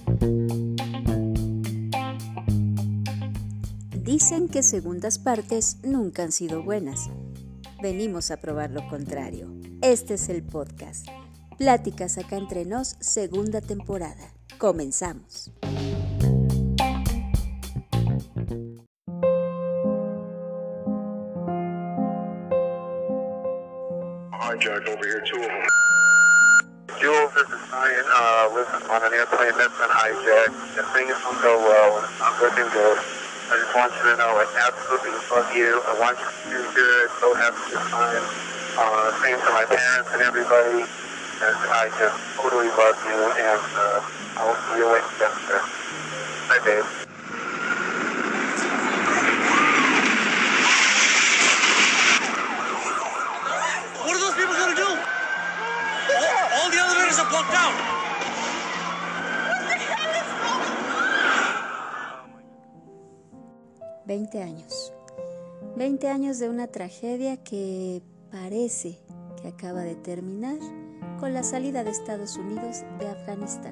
Dicen que segundas partes nunca han sido buenas. Venimos a probar lo contrario. Este es el podcast. Pláticas acá entre nos, segunda temporada. Comenzamos. Hijack over here, two of them. Jules, this is Ryan. Listen, on an airplane that's been hijacked. If things don't go well, it's not looking good. I just want you to know I absolutely love you. I want you to do good. So happy to time. Same to my parents and everybody. And I just totally love you. And I'll see you later. Bye, babe. What are those people going to do? All the elevators are blocked out. 20 años. 20 años de una tragedia que parece que acaba de terminar con la salida de Estados Unidos de Afganistán.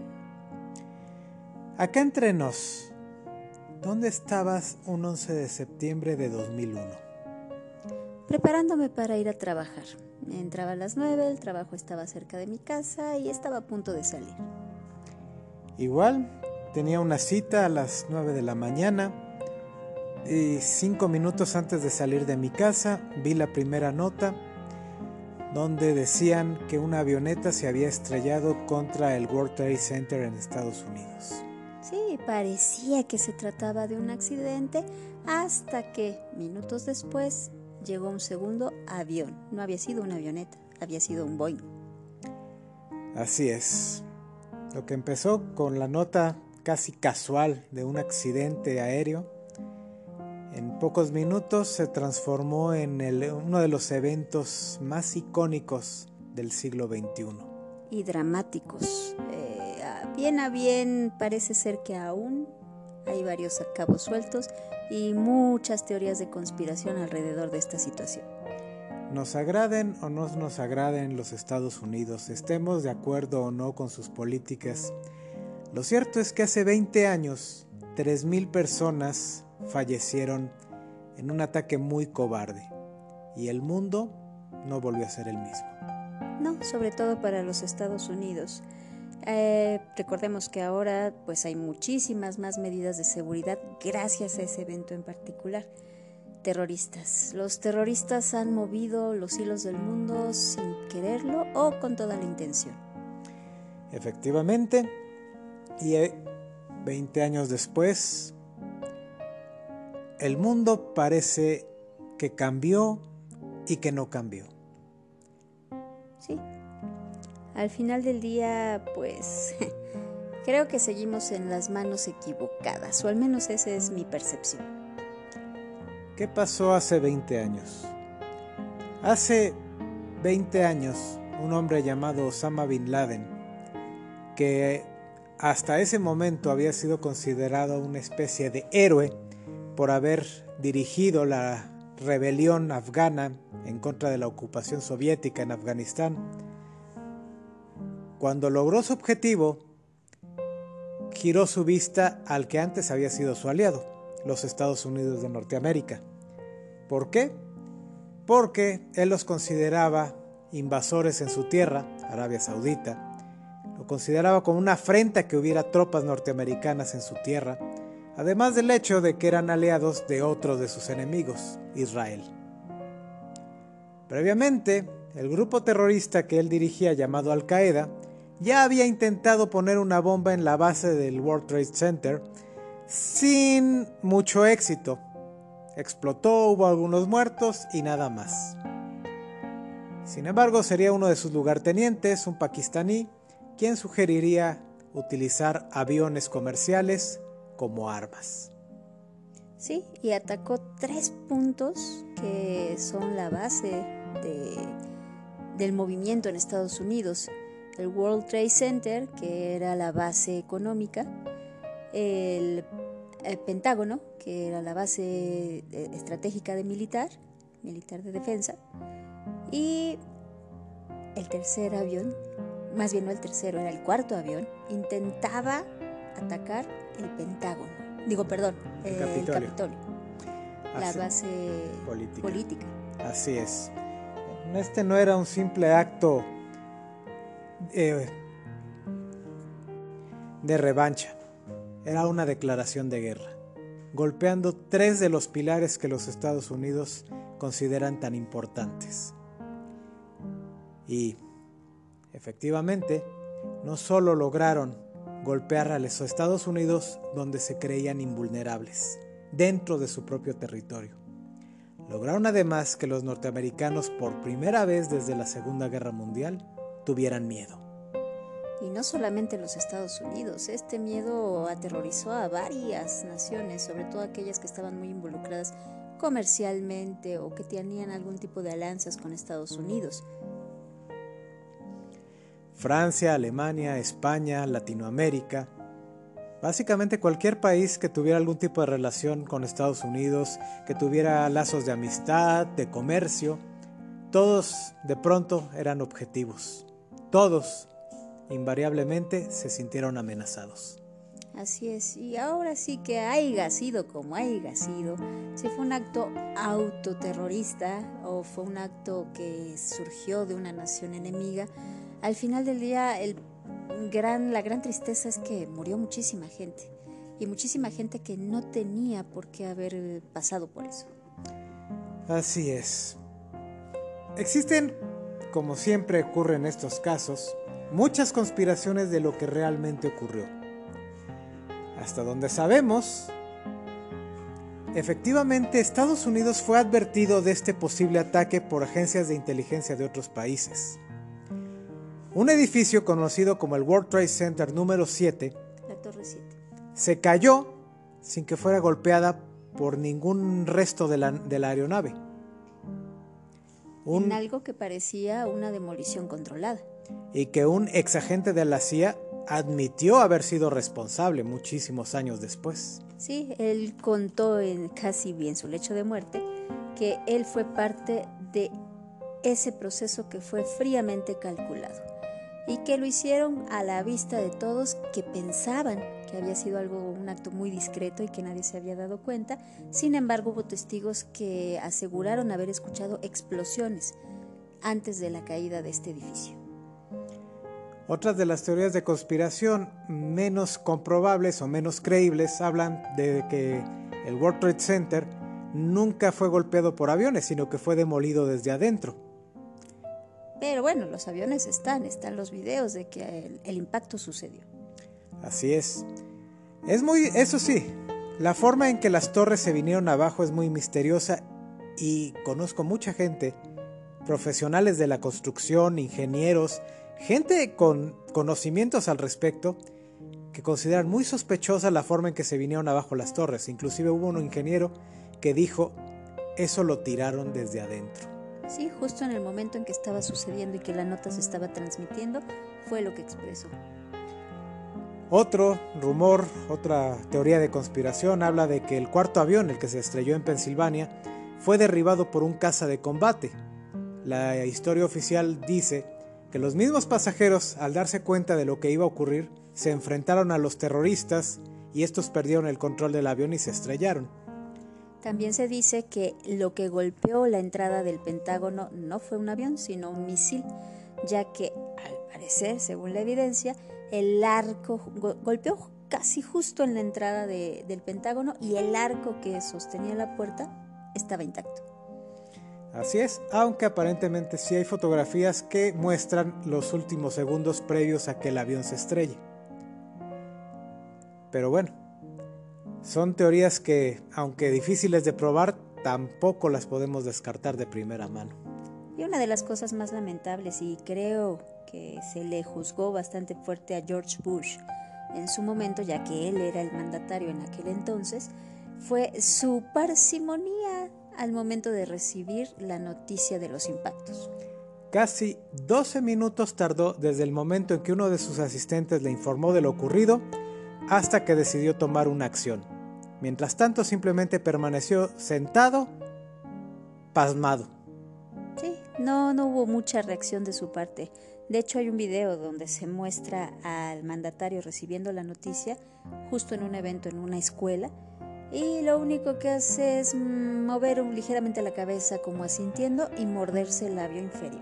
Acá entre nos, ¿dónde estabas un 11 de septiembre de 2001? Preparándome para ir a trabajar. Entraba a las 9, el trabajo estaba cerca de mi casa y estaba a punto de salir. Igual, tenía una cita a las 9 de la mañana y 5 minutos antes de salir de mi casa vi la primera nota donde decían que una avioneta se había estrellado contra el World Trade Center en Estados Unidos. Sí, parecía que se trataba de un accidente hasta que, minutos después, llegó un segundo avión. No había sido una avioneta, había sido un Boeing. Así es. Lo que empezó con la nota casi casual de un accidente aéreo, en pocos minutos se transformó en uno de los eventos más icónicos del siglo XXI. Y dramáticos. Bien a bien, parece ser que aún hay varios cabos sueltos y muchas teorías de conspiración alrededor de esta situación. Nos agraden o no nos agraden los Estados Unidos, estemos de acuerdo o no con sus políticas, lo cierto es que hace 20 años, 3,000 personas fallecieron en un ataque muy cobarde y el mundo no volvió a ser el mismo. No, sobre todo para los Estados Unidos. Recordemos que ahora pues hay muchísimas más medidas de seguridad gracias a ese evento en particular. Terroristas. Los terroristas han movido los hilos del mundo sin quererlo o con toda la intención. Efectivamente, y 20 años después, el mundo parece que cambió y que no cambió. Sí. Al final del día, pues, creo que seguimos en las manos equivocadas, o al menos esa es mi percepción. ¿Qué pasó hace 20 años? Hace 20 años, un hombre llamado Osama Bin Laden, que hasta ese momento había sido considerado una especie de héroe por haber dirigido la rebelión afgana en contra de la ocupación soviética en Afganistán, cuando logró su objetivo, giró su vista al que antes había sido su aliado, los Estados Unidos de Norteamérica. ¿Por qué? Porque él los consideraba invasores en su tierra, Arabia Saudita. Lo consideraba como una afrenta que hubiera tropas norteamericanas en su tierra, además del hecho de que eran aliados de otro de sus enemigos, Israel. Previamente, el grupo terrorista que él dirigía, llamado Al-Qaeda, ya había intentado poner una bomba en la base del World Trade Center sin mucho éxito. Explotó, hubo algunos muertos y nada más. Sin embargo, sería uno de sus lugartenientes, un pakistaní, quien sugeriría utilizar aviones comerciales como armas. Sí, y atacó 3 puntos que son la base del movimiento en Estados Unidos. El World Trade Center, que era la base económica, el Pentágono, que era la base estratégica de militar de defensa, y el tercer avión, más bien no el tercero, era el cuarto avión, intentaba atacar el Pentágono. El Capitolio. La base política. Así es. Este no era un simple acto de revancha. Era una declaración de guerra, golpeando 3 de los pilares que los Estados Unidos consideran tan importantes. Y, efectivamente, no solo lograron golpear a los Estados Unidos donde se creían invulnerables, dentro de su propio territorio. Lograron además que los norteamericanos, por primera vez desde la Segunda Guerra Mundial, tuvieran miedo. Y no solamente los Estados Unidos, este miedo aterrorizó a varias naciones, sobre todo aquellas que estaban muy involucradas comercialmente o que tenían algún tipo de alianzas con Estados Unidos. Francia, Alemania, España, Latinoamérica, básicamente cualquier país que tuviera algún tipo de relación con Estados Unidos, que tuviera lazos de amistad, de comercio, todos de pronto eran objetivos. Todos invariablemente se sintieron amenazados. Así es, y ahora sí que haya sido como haya sido, si fue un acto autoterrorista o fue un acto que surgió de una nación enemiga, al final del día la gran tristeza es que murió muchísima gente, y muchísima gente que no tenía por qué haber pasado por eso. Así es. Existen, como siempre ocurre en estos casos, muchas conspiraciones de lo que realmente ocurrió. Hasta donde sabemos, efectivamente Estados Unidos fue advertido de este posible ataque por agencias de inteligencia de otros países. Un edificio conocido como el World Trade Center número 7, la Torre 7, se cayó sin que fuera golpeada por ningún resto de la aeronave. En algo que parecía una demolición controlada. Y que un exagente de la CIA admitió haber sido responsable muchísimos años después. Sí, él contó casi en su lecho de muerte que él fue parte de ese proceso que fue fríamente calculado y que lo hicieron a la vista de todos, que pensaban que había sido un acto muy discreto y que nadie se había dado cuenta. Sin embargo, hubo testigos que aseguraron haber escuchado explosiones antes de la caída de este edificio. Otras de las teorías de conspiración menos comprobables o menos creíbles hablan de que el World Trade Center nunca fue golpeado por aviones, sino que fue demolido desde adentro. Pero bueno, los aviones están los videos de que el impacto sucedió. Así es. Eso sí, la forma en que las torres se vinieron abajo es muy misteriosa y conozco mucha gente, profesionales de la construcción, ingenieros, gente con conocimientos al respecto, que consideran muy sospechosa la forma en que se vinieron abajo las torres. Inclusive hubo un ingeniero que dijo, eso lo tiraron desde adentro. Sí, justo en el momento en que estaba sucediendo y que la nota se estaba transmitiendo, fue lo que expresó. Otro rumor, otra teoría de conspiración habla de que el cuarto avión, el que se estrelló en Pensilvania, fue derribado por un caza de combate. La historia oficial dice que los mismos pasajeros, al darse cuenta de lo que iba a ocurrir, se enfrentaron a los terroristas y estos perdieron el control del avión y se estrellaron. También se dice que lo que golpeó la entrada del Pentágono no fue un avión, sino un misil, ya que, al parecer, según la evidencia, el arco golpeó casi justo en la entrada del Pentágono y el arco que sostenía la puerta estaba intacto. Así es, aunque aparentemente sí hay fotografías que muestran los últimos segundos previos a que el avión se estrelle. Pero bueno, son teorías que, aunque difíciles de probar, tampoco las podemos descartar de primera mano. Y una de las cosas más lamentables, y creo que se le juzgó bastante fuerte a George Bush en su momento, ya que él era el mandatario en aquel entonces, fue su parsimonía al momento de recibir la noticia de los impactos. Casi 12 minutos tardó desde el momento en que uno de sus asistentes le informó de lo ocurrido hasta que decidió tomar una acción. Mientras tanto, simplemente permaneció sentado, pasmado. Sí, no hubo mucha reacción de su parte. De hecho, hay un video donde se muestra al mandatario recibiendo la noticia justo en un evento en una escuela, y lo único que hace es mover ligeramente la cabeza como asintiendo y morderse el labio inferior.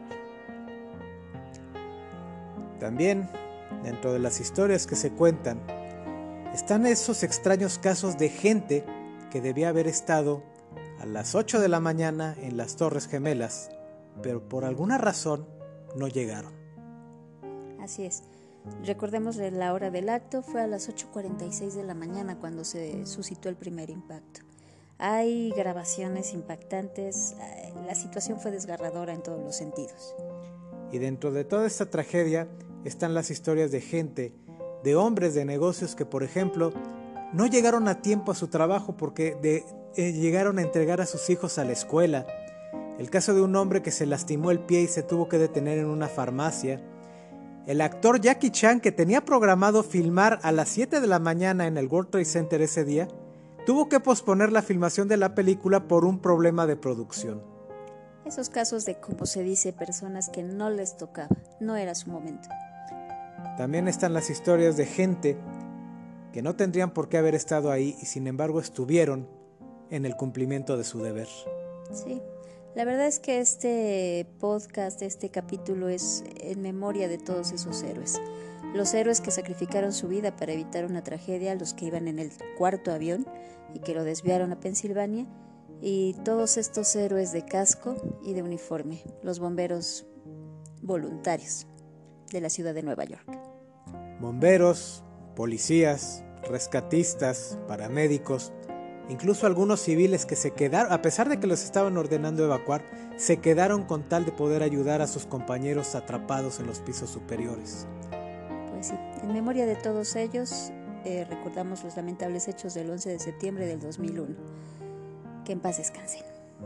También, dentro de las historias que se cuentan, están esos extraños casos de gente que debía haber estado a las 8 de la mañana en las Torres Gemelas, pero por alguna razón no llegaron. Así es. Recordemos que la hora del acto fue a las 8:46 de la mañana cuando se suscitó el primer impacto. Hay grabaciones impactantes, la situación fue desgarradora en todos los sentidos. Y dentro de toda esta tragedia están las historias de gente, de hombres de negocios que, por ejemplo, no llegaron a tiempo a su trabajo porque llegaron a entregar a sus hijos a la escuela. El caso de un hombre que se lastimó el pie y se tuvo que detener en una farmacia. El actor Jackie Chan, que tenía programado filmar a las 7 de la mañana en el World Trade Center ese día, tuvo que posponer la filmación de la película por un problema de producción. Esos casos de, como se dice, personas que no les tocaba, no era su momento. También están las historias de gente que no tendrían por qué haber estado ahí y sin embargo estuvieron en el cumplimiento de su deber. Sí, la verdad es que este podcast, este capítulo es en memoria de todos esos héroes. Los héroes que sacrificaron su vida para evitar una tragedia, los que iban en el cuarto avión y que lo desviaron a Pensilvania, y todos estos héroes de casco y de uniforme, los bomberos voluntarios de la ciudad de Nueva York. Bomberos, policías, rescatistas, paramédicos, incluso algunos civiles que se quedaron, a pesar de que los estaban ordenando evacuar, se quedaron con tal de poder ayudar a sus compañeros atrapados en los pisos superiores. Pues sí, en memoria de todos ellos, recordamos los lamentables hechos del 11 de septiembre del 2001. Que en paz descansen.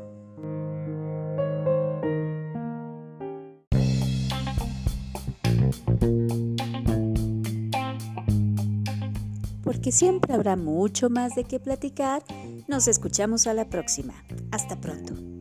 Porque siempre habrá mucho más de qué platicar, nos escuchamos a la próxima. Hasta pronto.